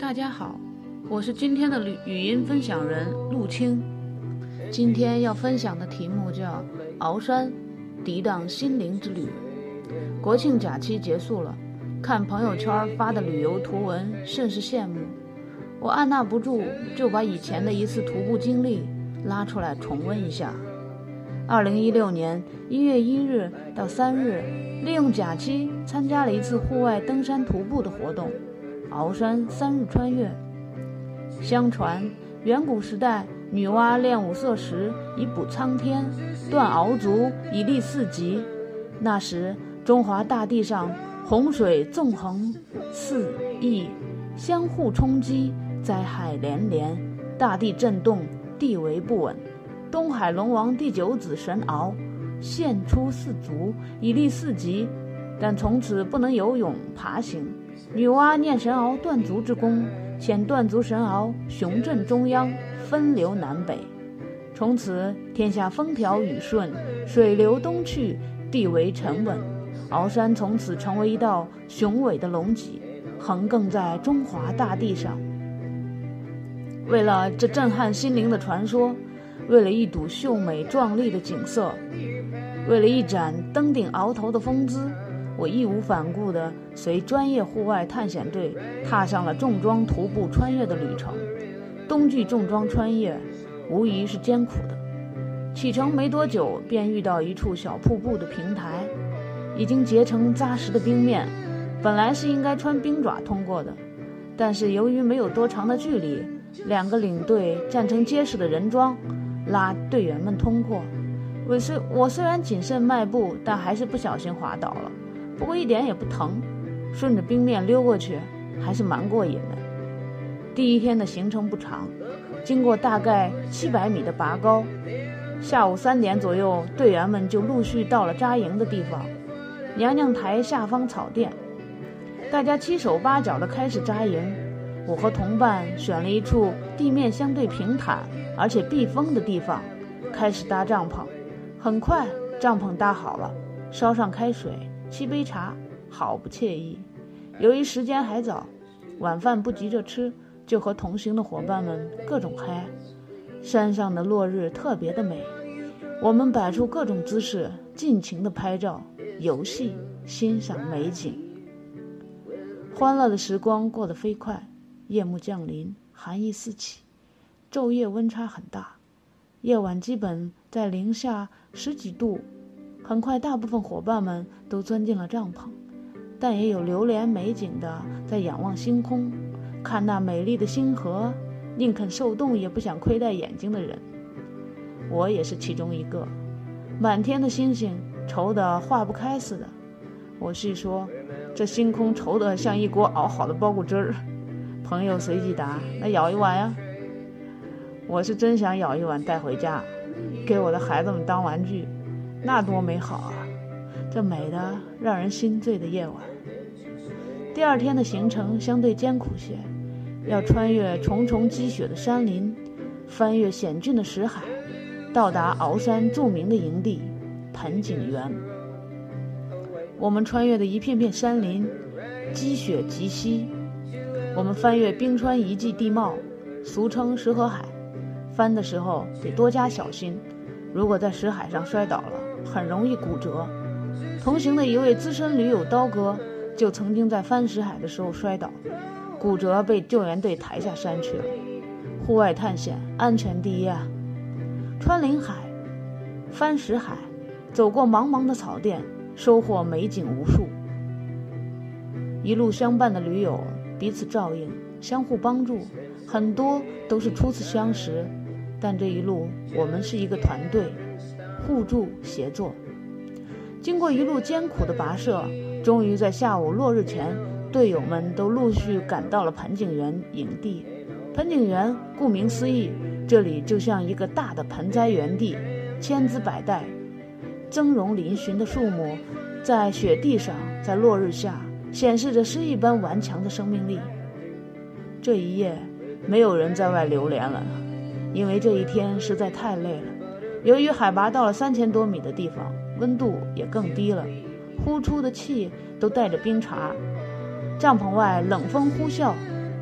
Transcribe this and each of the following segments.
大家好，我是今天的语音分享人陆清。今天要分享的题目叫鳌山涤荡心灵之旅。国庆假期结束了，看朋友圈发的旅游图文甚是羡慕，我按捺不住就把以前的一次徒步经历拉出来重温一下。2016年1月1日到3日，利用假期参加了一次户外登山徒步的活动，鳌山3日穿越。相传远古时代女娲练五色石以补苍天，断鳌足以立四极。那时中华大地上洪水纵横，四溢，相互冲击，灾害连连，大地震动，地为不稳。东海龙王第9子神鳌现出四足以立四极，但从此不能游泳爬行。女娲念神鳌断足之功，遣断足神鳌雄镇中央，分流南北。从此天下风调雨顺，水流东去，地为沉稳。鳌山从此成为一道雄伟的龙脊，横亘在中华大地上。为了这震撼心灵的传说，为了一睹秀美壮丽的景色，为了一展登顶鳌头的风姿，我义无反顾地随专业户外探险队踏上了重装徒步穿越的旅程。冬季重装穿越无疑是艰苦的，启程没多久便遇到一处小瀑布的平台，已经结成扎实的冰面，本来是应该穿冰爪通过的，但是由于没有多长的距离，2个领队站成结实的人桩拉队员们通过。我虽然谨慎迈步，但还是不小心滑倒了，不过一点也不疼，顺着冰面溜过去还是蛮过瘾的。第一天的行程不长，经过大概700米的拔高，下午3点左右，队员们就陆续到了扎营的地方，娘娘台下方草甸。大家七手八脚地开始扎营，我和同伴选了一处地面相对平坦而且避风的地方，开始搭帐篷。很快帐篷搭好了，烧上开水，7杯茶，好不惬意。由于时间还早，晚饭不急着吃，就和同行的伙伴们各种嗨。山上的落日特别的美，我们摆出各种姿势，尽情的拍照、游戏、欣赏美景。欢乐的时光过得飞快，夜幕降临，寒意四起，昼夜温差很大，夜晚基本在零下10几度。很快大部分伙伴们都钻进了帐篷，但也有流连美景的在仰望星空，看那美丽的星河，宁肯受冻也不想亏待眼睛的人。我也是其中一个，满天的星星愁得化不开似的。我细说，这星空稠得像一锅熬好的包谷汁儿。朋友随即答：那舀一碗呀。我是真想舀一碗带回家，给我的孩子们当玩具，那多美好啊！这美得让人心醉的夜晚。第2天的行程相对艰苦些，要穿越重重积雪的山林，翻越险峻的石海，到达鳌山著名的营地盆景园。我们穿越的一片片山林，积雪极稀。我们翻越冰川遗迹地貌，俗称石河海，翻的时候得多加小心，如果在石海上摔倒了，很容易骨折。同行的一位资深驴友刀哥就曾经在翻石海的时候摔倒，骨折，被救援队抬下山去了。户外探险安全第一啊！穿林海，翻石海，走过茫茫的草甸，收获美景无数。一路相伴的驴友彼此照应，相互帮助，很多都是初次相识，但这一路我们是一个团队，互助协作。经过一路艰苦的跋涉，终于在下午落日前，队友们都陆续赶到了盆景园营地。盆景园顾名思义，这里就像一个大的盆栽园地，千姿百态，峥嵘嶙峋的树木在雪地上，在落日下显示着诗一般顽强的生命力。这一夜没有人在外流连了，因为这一天实在太累了。由于海拔到了3000多米的地方，温度也更低了，呼出的气都带着冰碴，帐篷外冷风呼啸，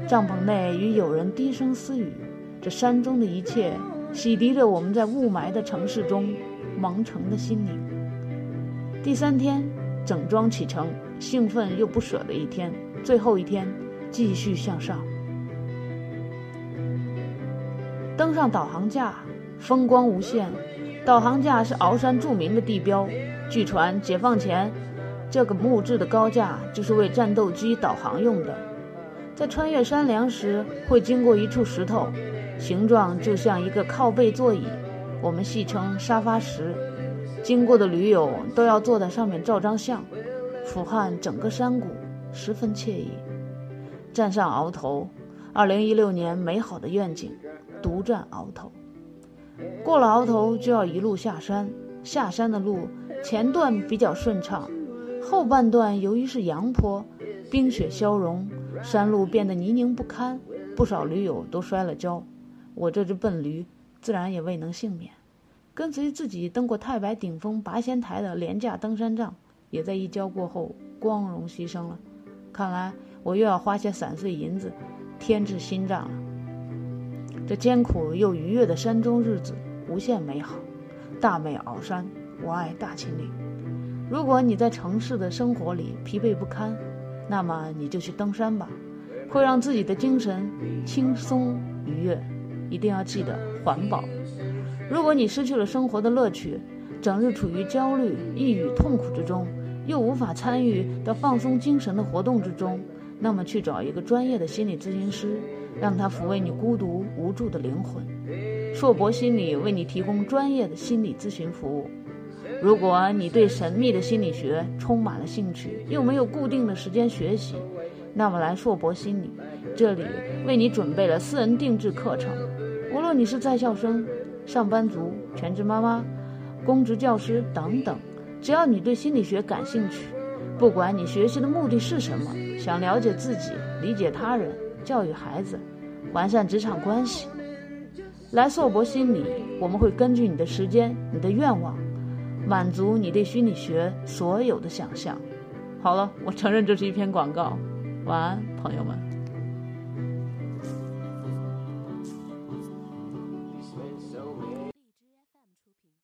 帐篷内与友人低声私语，这山中的一切洗涤着我们在雾霾的城市中蒙尘的心灵。第3天整装启程，兴奋又不舍的一天，最后一天继续向上。登上导航架，风光无限。导航架是鳌山著名的地标，据传解放前这个木质的高架就是为战斗机导航用的。在穿越山梁时会经过一处石头，形状就像一个靠背座椅，我们戏称沙发石。经过的驴友都要坐在上面照张相，俯瞰整个山谷，十分惬意。站上鳌头，2016年美好的愿景，独占鳌头。过了鳌头就要一路下山，下山的路前段比较顺畅，后半段由于是阳坡，冰雪消融，山路变得泥泞不堪，不少驴友都摔了跤，我这只笨驴自然也未能幸免。跟随自己登过太白顶峰拔仙台的廉价登山杖，也在一跤过后光荣牺牲了。看来我又要花些散碎银子添置新杖了。这艰苦又愉悦的山中日子无限美好，大美鳌山，我爱大秦岭。如果你在城市的生活里疲惫不堪，那么你就去登山吧，会让自己的精神轻松愉悦。一定要记得环保。如果你失去了生活的乐趣，整日处于焦虑、抑郁、痛苦之中，又无法参与到放松精神的活动之中，那么去找一个专业的心理咨询师，让他抚慰你孤独无助的灵魂。硕博心理为你提供专业的心理咨询服务。如果你对神秘的心理学充满了兴趣，又没有固定的时间学习，那么来硕博心理，这里为你准备了私人定制课程。无论你是在校生、上班族、全职妈妈、公职教师等等，只要你对心理学感兴趣，不管你学习的目的是什么，想了解自己、理解他人、教育孩子、完善职场关系，来硕博心理，我们会根据你的时间、你的愿望，满足你对心理学所有的想象。好了，我承认这是一篇广告，晚安，朋友们。